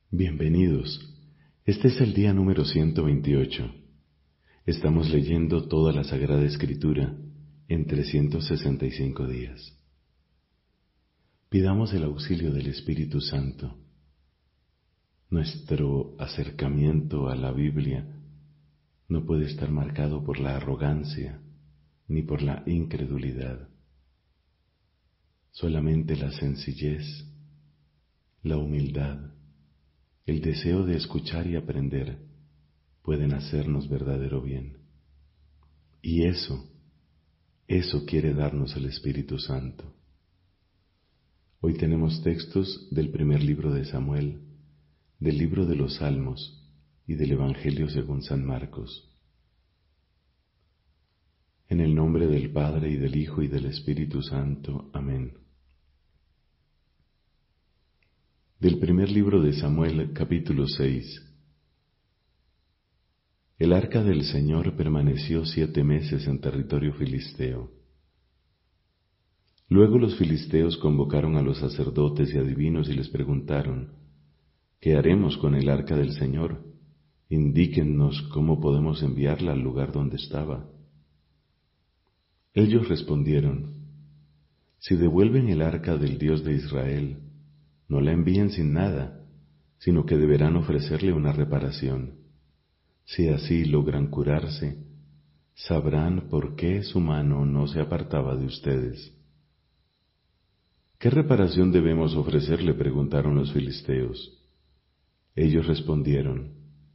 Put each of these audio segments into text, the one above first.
Bienvenidos. Este es el día número 128. Estamos leyendo toda la Sagrada Escritura en 365 días. Pidamos el auxilio del Espíritu Santo. Nuestro acercamiento a la Biblia no puede estar marcado por la arrogancia ni por la incredulidad. Solamente la sencillez, la humildad, el deseo de escuchar y aprender pueden hacernos verdadero bien. Y eso quiere darnos el Espíritu Santo. Hoy tenemos textos del primer libro de Samuel, del libro de los Salmos y del Evangelio según San Marcos. En el nombre del Padre y del Hijo y del Espíritu Santo. Amén. Del primer libro de Samuel, capítulo 6. El arca del Señor permaneció 7 meses en territorio filisteo. Luego los filisteos convocaron a los sacerdotes y adivinos y les preguntaron: ¿Qué haremos con el arca del Señor? Indíquennos cómo podemos enviarla al lugar donde estaba. Ellos respondieron: Si devuelven el arca del Dios de Israel, no la envíen sin nada, sino que deberán ofrecerle una reparación. Si así logran curarse, sabrán por qué su mano no se apartaba de ustedes. ¿Qué reparación debemos ofrecerle?, preguntaron los filisteos. Ellos respondieron: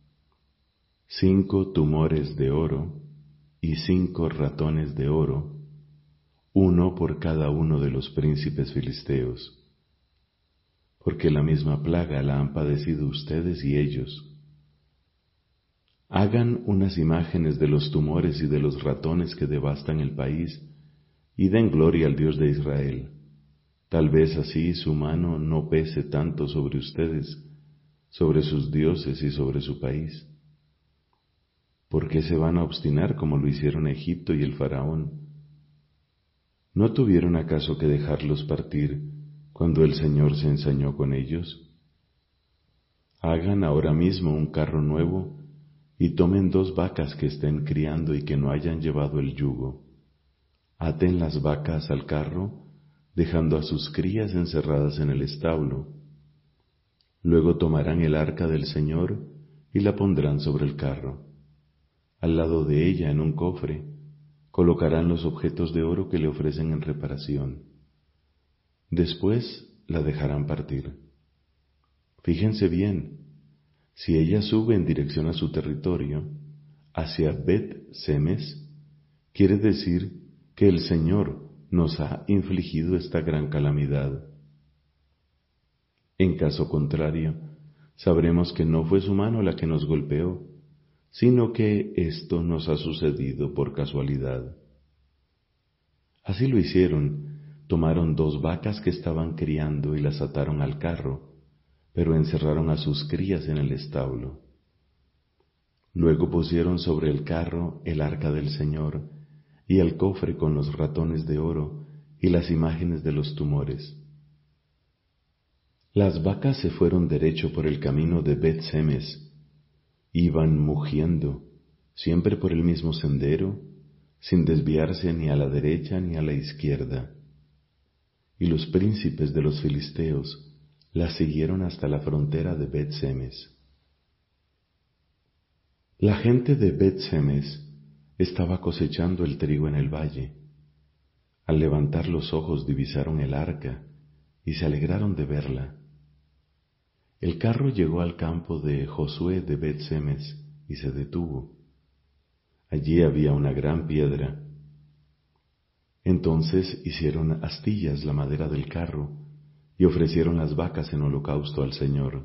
5 tumores de oro y 5 ratones de oro, 1 por cada uno de los príncipes filisteos, porque la misma plaga la han padecido ustedes y ellos. Hagan unas imágenes de los tumores y de los ratones que devastan el país, y den gloria al Dios de Israel. Tal vez así su mano no pese tanto sobre ustedes, sobre sus dioses y sobre su país. ¿Por qué se van a obstinar como lo hicieron Egipto y el faraón? ¿No tuvieron acaso que dejarlos partir cuando el Señor se ensañó con ellos? Hagan ahora mismo un carro nuevo y tomen 2 vacas que estén criando y que no hayan llevado el yugo. Aten las vacas al carro, dejando a sus crías encerradas en el establo. Luego tomarán el arca del Señor y la pondrán sobre el carro. Al lado de ella, en un cofre, colocarán los objetos de oro que le ofrecen en reparación. Después la dejarán partir. Fíjense bien, si ella sube en dirección a su territorio, hacia Bet-Semes, quiere decir que el Señor nos ha infligido esta gran calamidad. En caso contrario, sabremos que no fue su mano la que nos golpeó, sino que esto nos ha sucedido por casualidad. Así lo hicieron. Tomaron 2 vacas que estaban criando y las ataron al carro, pero encerraron a sus crías en el establo. Luego pusieron sobre el carro el arca del Señor y el cofre con los ratones de oro y las imágenes de los tumores. Las vacas se fueron derecho por el camino de Bet-Semes. Iban mugiendo, siempre por el mismo sendero, sin desviarse ni a la derecha ni a la izquierda. Y los príncipes de los filisteos las siguieron hasta la frontera de Bet-Semes. La gente de Bet-Semes estaba cosechando el trigo en el valle. Al levantar los ojos divisaron el arca y se alegraron de verla. El carro llegó al campo de Josué de Bet-Semes y se detuvo. Allí había una gran piedra. Entonces hicieron astillas la madera del carro y ofrecieron las vacas en holocausto al Señor.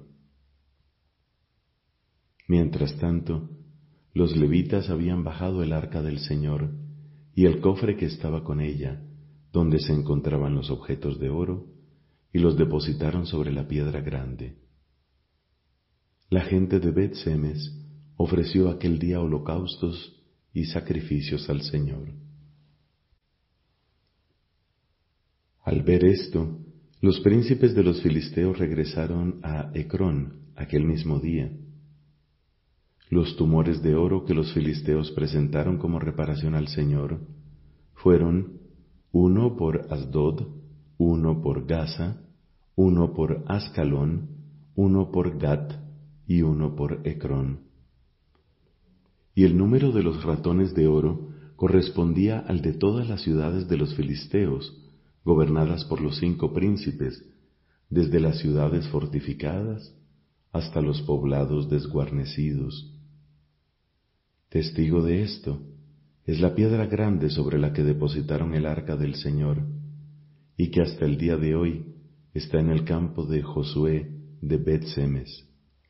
Mientras tanto, los levitas habían bajado el arca del Señor y el cofre que estaba con ella, donde se encontraban los objetos de oro, y los depositaron sobre la piedra grande. La gente de Bet-Semes ofreció aquel día holocaustos y sacrificios al Señor. Al ver esto, Los príncipes de los filisteos regresaron a Ecrón aquel mismo día. Los tumores de oro que los filisteos presentaron como reparación al Señor fueron uno por Asdod, uno por Gaza, uno por Ascalón, uno por Gat y uno por Ecrón. Y el número de los ratones de oro correspondía al de todas las ciudades de los filisteos, gobernadas por los 5 príncipes, desde las ciudades fortificadas hasta los poblados desguarnecidos. Testigo de esto es la piedra grande sobre la que depositaron el arca del Señor, y que hasta el día de hoy está en el campo de Josué de Bet-Semes.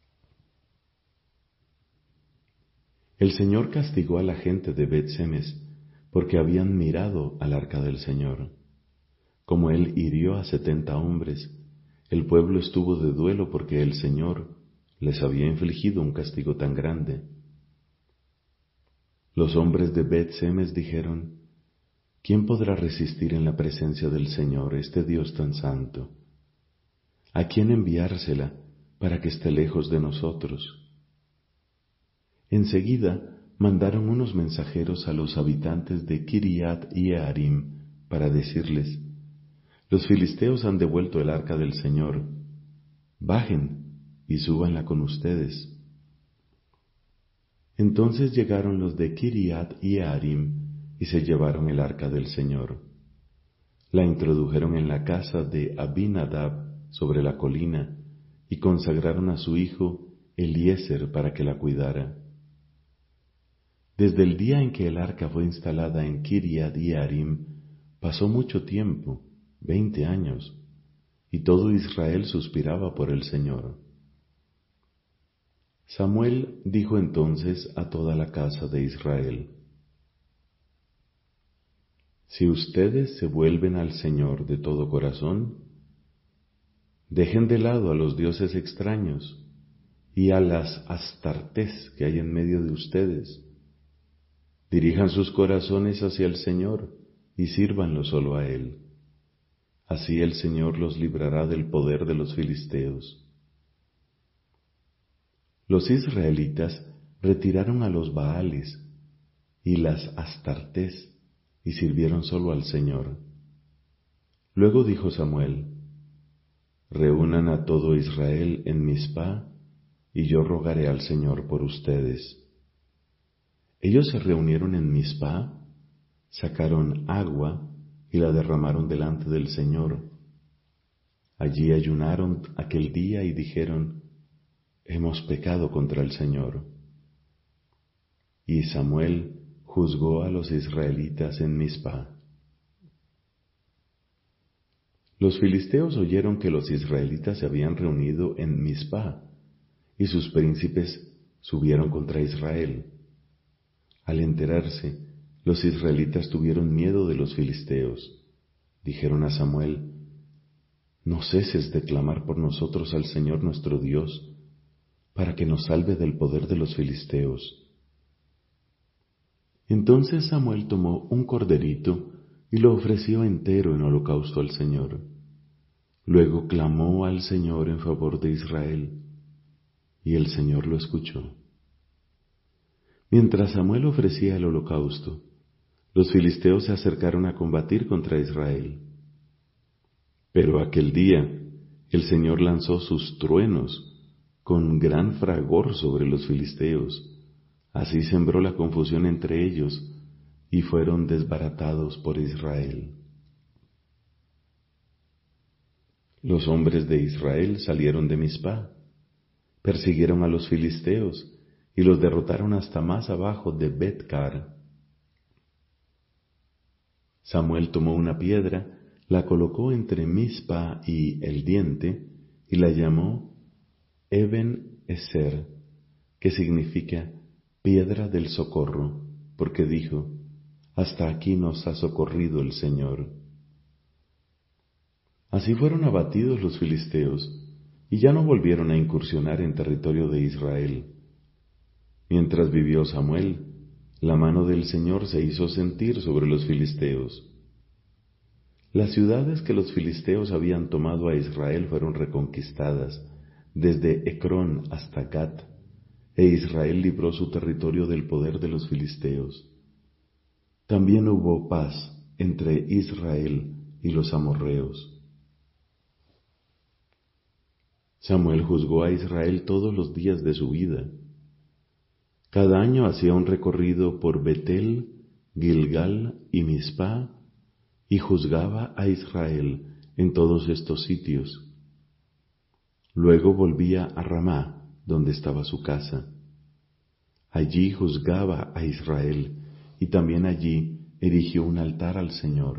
El Señor castigó a la gente de Bet-Semes porque habían mirado al arca del Señor. Como él hirió a 70 hombres, el pueblo estuvo de duelo porque el Señor les había infligido un castigo tan grande. Los hombres de Bet-Semes dijeron: ¿Quién podrá resistir en la presencia del Señor, este Dios tan santo? ¿A quién enviársela para que esté lejos de nosotros? Enseguida mandaron unos mensajeros a los habitantes de Kiriat Yearim para decirles: Los filisteos han devuelto el arca del Señor. Bajen y súbanla con ustedes. Entonces llegaron los de Kiriat Yearim y se llevaron el arca del Señor. La introdujeron en la casa de Abinadab sobre la colina y consagraron a su hijo Eliezer para que la cuidara. Desde el día en que el arca fue instalada en Kiriat Yearim pasó mucho tiempo, 20 años, y todo Israel suspiraba por el Señor. Samuel dijo entonces a toda la casa de Israel: Si ustedes se vuelven al Señor de todo corazón, dejen de lado a los dioses extraños y a las astartés que hay en medio de ustedes. Dirijan sus corazones hacia el Señor y sírvanlo solo a Él. Así el Señor los librará del poder de los filisteos. Los israelitas retiraron a los Baales y las astartés y sirvieron solo al Señor. Luego dijo Samuel: Reúnan a todo Israel en Mizpa, y yo rogaré al Señor por ustedes. Ellos se reunieron en Mizpa, sacaron agua y la derramaron delante del Señor. Allí ayunaron aquel día y dijeron: Hemos pecado contra el Señor. Y Samuel juzgó a los israelitas en Mizpa. Los filisteos oyeron que los israelitas se habían reunido en Mizpa, y sus príncipes subieron contra Israel. Al enterarse, los israelitas tuvieron miedo de los filisteos. Dijeron a Samuel: No ceses de clamar por nosotros al Señor nuestro Dios, para que nos salve del poder de los filisteos. Entonces Samuel tomó un corderito y lo ofreció entero en holocausto al Señor. Luego clamó al Señor en favor de Israel, y el Señor lo escuchó. Mientras Samuel ofrecía el holocausto, los filisteos se acercaron a combatir contra Israel. Pero aquel día el Señor lanzó sus truenos con gran fragor sobre los filisteos. Así sembró la confusión entre ellos y fueron desbaratados por Israel. Los hombres de Israel salieron de Mizpa, persiguieron a los filisteos y los derrotaron hasta más abajo de Bet-Car. Samuel tomó una piedra, la colocó entre Mizpa y el diente y la llamó Eben Ezer, que significa piedra del socorro, porque dijo: Hasta aquí nos ha socorrido el Señor. Así fueron abatidos los filisteos, y ya no volvieron a incursionar en territorio de Israel. Mientras vivió Samuel, la mano del Señor se hizo sentir sobre los filisteos. Las ciudades que los filisteos habían tomado a Israel fueron reconquistadas, desde Ecrón hasta Gat, e Israel libró su territorio del poder de los filisteos. También hubo paz entre Israel y los amorreos. Samuel juzgó a Israel todos los días de su vida. Cada año hacía un recorrido por Betel, Gilgal y Mizpá, y juzgaba a Israel en todos estos sitios. Luego volvía a Ramá, donde estaba su casa. Allí juzgaba a Israel, y también allí erigió un altar al Señor.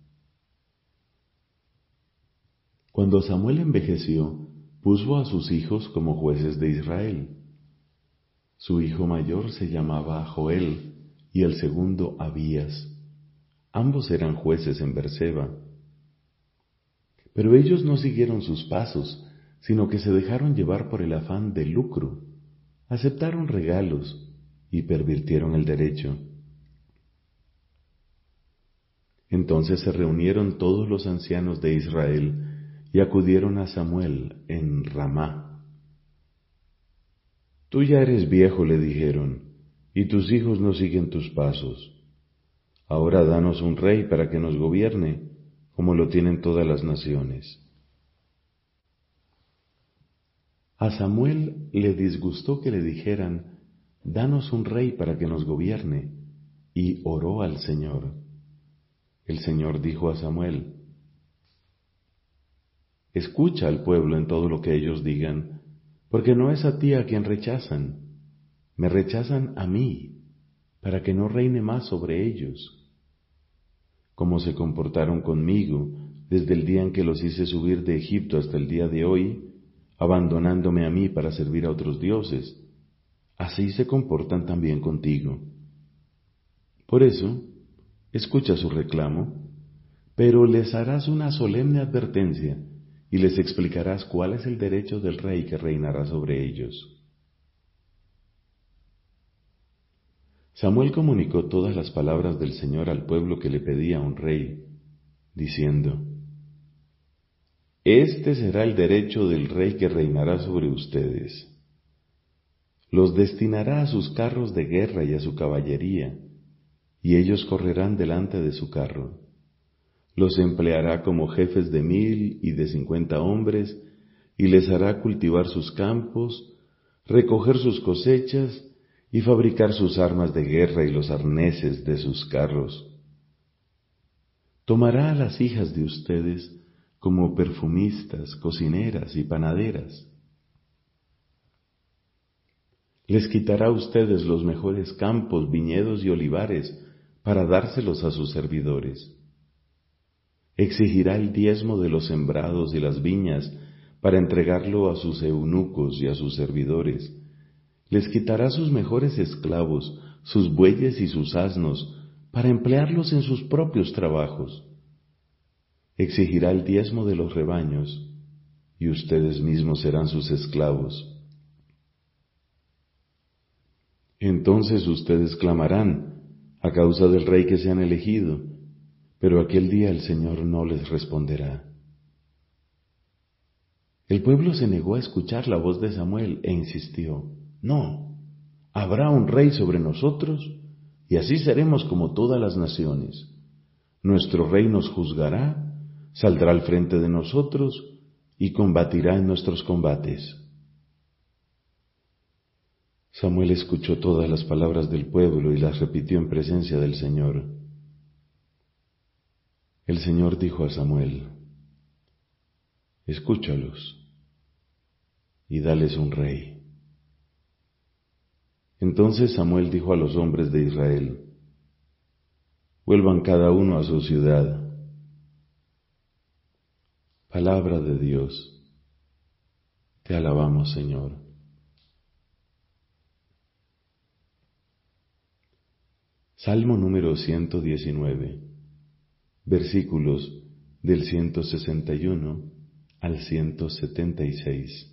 Cuando Samuel envejeció, puso a sus hijos como jueces de Israel. Su hijo mayor se llamaba Joel y el segundo Abías. Ambos eran jueces en Berseba. Pero ellos no siguieron sus pasos, sino que se dejaron llevar por el afán de lucro, aceptaron regalos y pervirtieron el derecho. Entonces se reunieron todos los ancianos de Israel y acudieron a Samuel en Ramá. Tú ya eres viejo, le dijeron, y tus hijos no siguen tus pasos. Ahora danos un rey para que nos gobierne, como lo tienen todas las naciones. A Samuel le disgustó que le dijeran, danos un rey para que nos gobierne, y oró al Señor. El Señor dijo a Samuel, escucha al pueblo en todo lo que ellos digan, porque no es a ti a quien rechazan, me rechazan a mí, para que no reine más sobre ellos. Como se comportaron conmigo desde el día en que los hice subir de Egipto hasta el día de hoy, abandonándome a mí para servir a otros dioses, así se comportan también contigo. Por eso, escucha su reclamo, pero les harás una solemne advertencia y les explicarás cuál es el derecho del rey que reinará sobre ellos. Samuel comunicó todas las palabras del Señor al pueblo que le pedía un rey, diciendo, este será el derecho del rey que reinará sobre ustedes. Los destinará a sus carros de guerra y a su caballería, y ellos correrán delante de su carro. Los empleará como jefes de 1000 y de 50 hombres, y les hará cultivar sus campos, recoger sus cosechas, y fabricar sus armas de guerra y los arneses de sus carros. Tomará a las hijas de ustedes como perfumistas, cocineras y panaderas. Les quitará a ustedes los mejores campos, viñedos y olivares para dárselos a sus servidores. Exigirá el diezmo de los sembrados y las viñas para entregarlo a sus eunucos y a sus servidores. Les quitará sus mejores esclavos, sus bueyes y sus asnos, para emplearlos en sus propios trabajos. Exigirá el diezmo de los rebaños, y ustedes mismos serán sus esclavos. Entonces ustedes clamarán a causa del rey que se han elegido, pero aquel día el Señor no les responderá. El pueblo se negó a escuchar la voz de Samuel e insistió, no, habrá un rey sobre nosotros, y así seremos como todas las naciones. Nuestro rey nos juzgará, saldrá al frente de nosotros y combatirá en nuestros combates. Samuel escuchó todas las palabras del pueblo y las repitió en presencia del Señor. El Señor dijo a Samuel, escúchalos y dales un rey. Entonces Samuel dijo a los hombres de Israel, vuelvan cada uno a su ciudad. Palabra de Dios. Te alabamos, Señor. Salmo número 119, versículos del 161 al 176.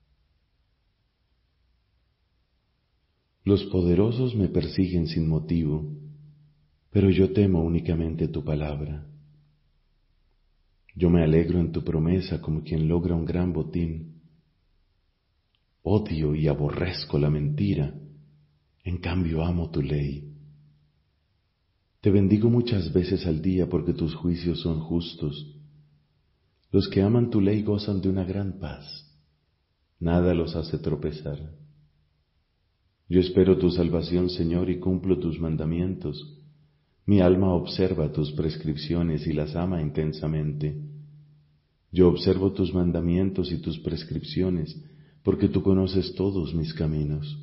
Los poderosos me persiguen sin motivo, pero yo temo únicamente tu palabra. Yo me alegro en tu promesa como quien logra un gran botín. Odio y aborrezco la mentira, en cambio amo tu ley. Te bendigo muchas veces al día porque tus juicios son justos. Los que aman tu ley gozan de una gran paz. Nada los hace tropezar. Yo espero tu salvación, Señor, y cumplo tus mandamientos. Mi alma observa tus prescripciones y las ama intensamente. Yo observo tus mandamientos y tus prescripciones, porque tú conoces todos mis caminos.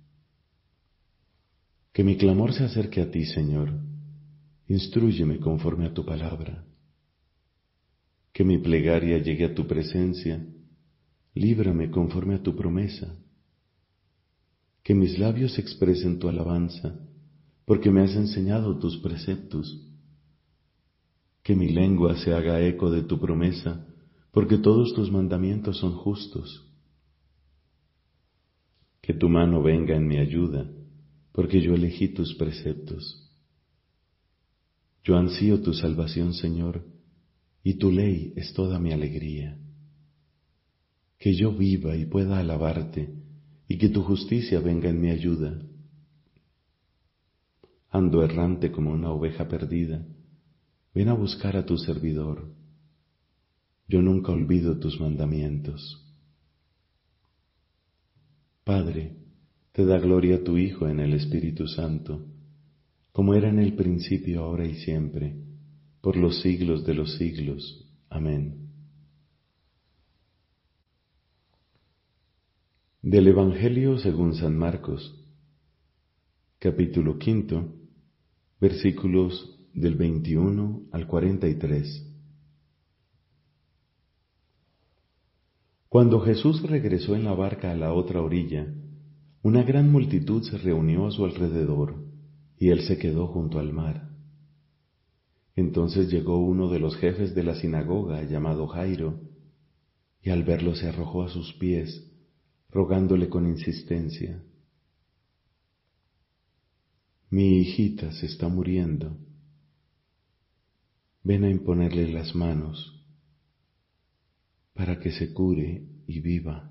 Que mi clamor se acerque a ti, Señor. Instrúyeme conforme a tu palabra. Que mi plegaria llegue a tu presencia. Líbrame conforme a tu promesa. Que mis labios expresen tu alabanza, porque me has enseñado tus preceptos. Que mi lengua se haga eco de tu promesa, porque todos tus mandamientos son justos. Que tu mano venga en mi ayuda, porque yo elegí tus preceptos. Yo ansío tu salvación, Señor, y tu ley es toda mi alegría. Que yo viva y pueda alabarte, y que tu justicia venga en mi ayuda. Ando errante como una oveja perdida, ven a buscar a tu servidor. Yo nunca olvido tus mandamientos. Padre, te da gloria a tu Hijo en el Espíritu Santo, como era en el principio, ahora y siempre, por los siglos de los siglos. Amén. Del Evangelio según San Marcos, capítulo 5, versículos del 21 al 43. Cuando Jesús regresó en la barca a la otra orilla, una gran multitud se reunió a su alrededor, y él se quedó junto al mar. Entonces llegó uno de los jefes de la sinagoga, llamado Jairo, y al verlo se arrojó a sus pies, rogándole con insistencia: Mi hijita se está muriendo. Ven a imponerle las manos para que se cure y viva.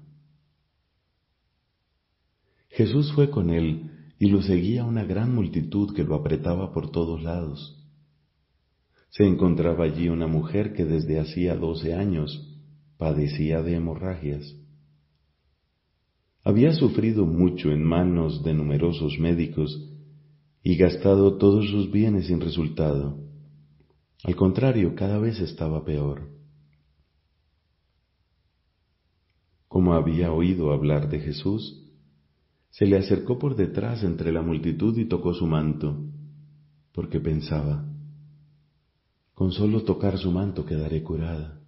Jesús fue con él y lo seguía una gran multitud que lo apretaba por todos lados. Se encontraba allí una mujer que desde hacía 12 años padecía de hemorragias. Había sufrido mucho en manos de numerosos médicos y gastado todos sus bienes sin resultado. Al contrario, cada vez estaba peor. Como había oído hablar de Jesús, se le acercó por detrás entre la multitud y tocó su manto, porque pensaba: con solo tocar su manto quedaré curada.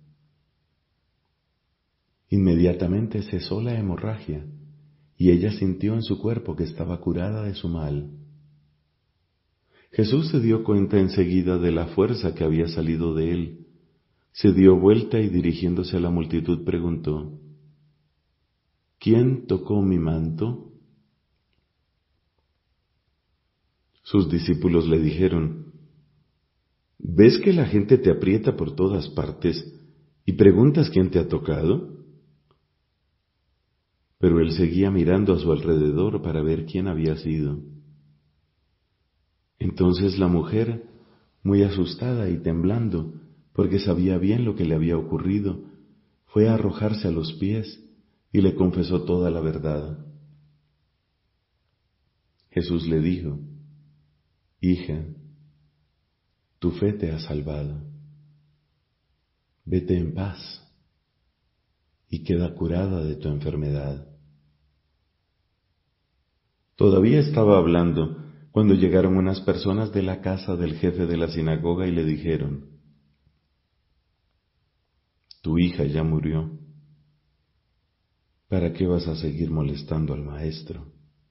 Inmediatamente cesó la hemorragia, y ella sintió en su cuerpo que estaba curada de su mal. Jesús se dio cuenta enseguida de la fuerza que había salido de él, se dio vuelta y dirigiéndose a la multitud preguntó: ¿Quién tocó mi manto? Sus discípulos le dijeron: ¿Ves que la gente te aprieta por todas partes y preguntas quién te ha tocado? Pero él seguía mirando a su alrededor para ver quién había sido. Entonces la mujer, muy asustada y temblando, porque sabía bien lo que le había ocurrido, fue a arrojarse a los pies y le confesó toda la verdad. Jesús le dijo: Hija, tu fe te ha salvado. Vete en paz y queda curada de tu enfermedad. Todavía estaba hablando cuando llegaron unas personas de la casa del jefe de la sinagoga y le dijeron: Tu hija ya murió. ¿Para qué vas a seguir molestando al maestro?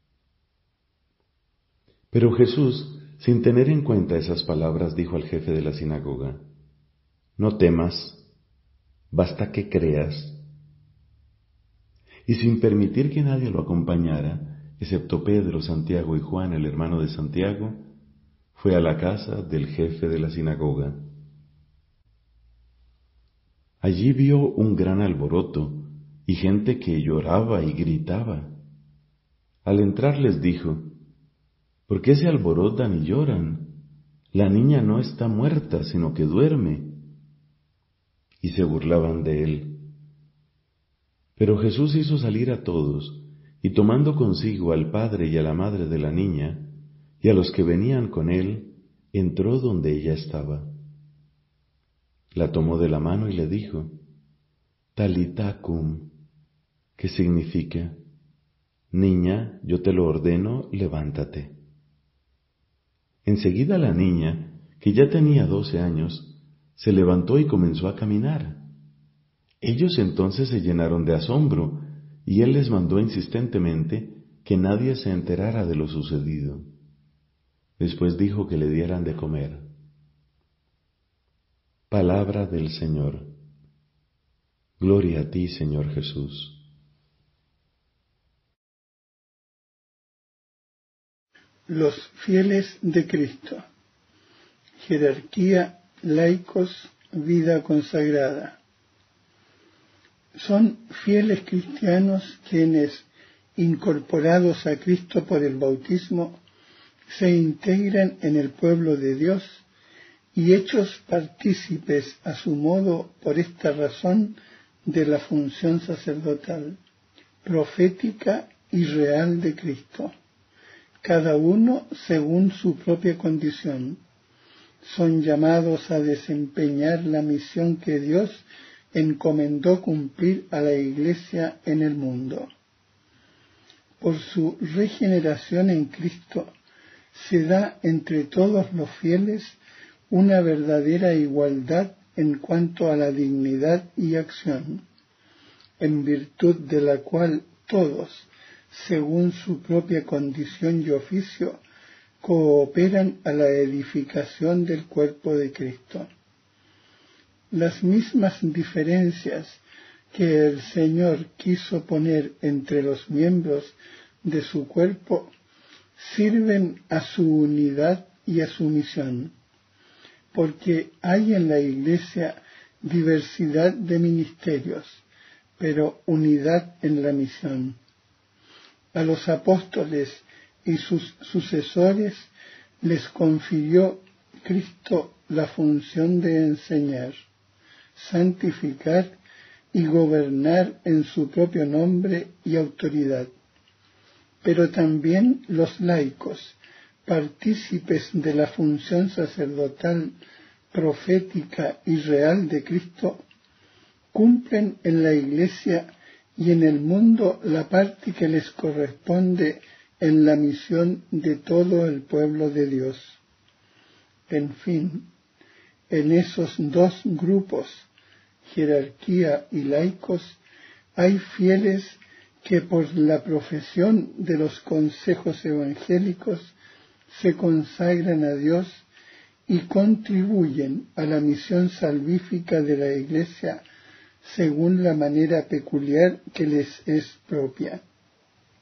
Pero Jesús, sin tener en cuenta esas palabras, dijo al jefe de la sinagoga: No temas, basta que creas. Y sin permitir que nadie lo acompañara, excepto Pedro, Santiago y Juan, el hermano de Santiago, fue a la casa del jefe de la sinagoga. Allí vio un gran alboroto y gente que lloraba y gritaba. Al entrar les dijo, ¿por qué se alborotan y lloran? La niña no está muerta, sino que duerme. Y se burlaban de él. Pero Jesús hizo salir a todos, y tomando consigo al padre y a la madre de la niña, y a los que venían con él, entró donde ella estaba. La tomó de la mano y le dijo, Talita cum, que significa, Niña, yo te lo ordeno, levántate. Enseguida la niña, que ya tenía 12 años, se levantó y comenzó a caminar. Ellos entonces se llenaron de asombro, y él les mandó insistentemente que nadie se enterara de lo sucedido. Después dijo que le dieran de comer. Palabra del Señor. Gloria a ti, Señor Jesús. Los fieles de Cristo. Jerarquía, laicos, vida consagrada. Son fieles cristianos quienes, incorporados a Cristo por el bautismo, se integran en el pueblo de Dios y hechos partícipes a su modo por esta razón de la función sacerdotal, profética y real de Cristo, cada uno según su propia condición. Son llamados a desempeñar la misión que Dios encomendó cumplir a la Iglesia en el mundo. Por su regeneración en Cristo, se da entre todos los fieles una verdadera igualdad en cuanto a la dignidad y acción, en virtud de la cual todos, según su propia condición y oficio, cooperan a la edificación del cuerpo de Cristo. Las mismas diferencias que el Señor quiso poner entre los miembros de su cuerpo sirven a su unidad y a su misión, porque hay en la Iglesia diversidad de ministerios, pero unidad en la misión. A los apóstoles y sus sucesores les confirió Cristo la función de enseñar, santificar y gobernar en su propio nombre y autoridad. Pero también los laicos, partícipes de la función sacerdotal, profética y real de Cristo, cumplen en la Iglesia y en el mundo la parte que les corresponde en la misión de todo el pueblo de Dios. En fin, en esos dos grupos, jerarquía y laicos, hay fieles que por la profesión de los consejos evangélicos se consagran a Dios y contribuyen a la misión salvífica de la Iglesia según la manera peculiar que les es propia.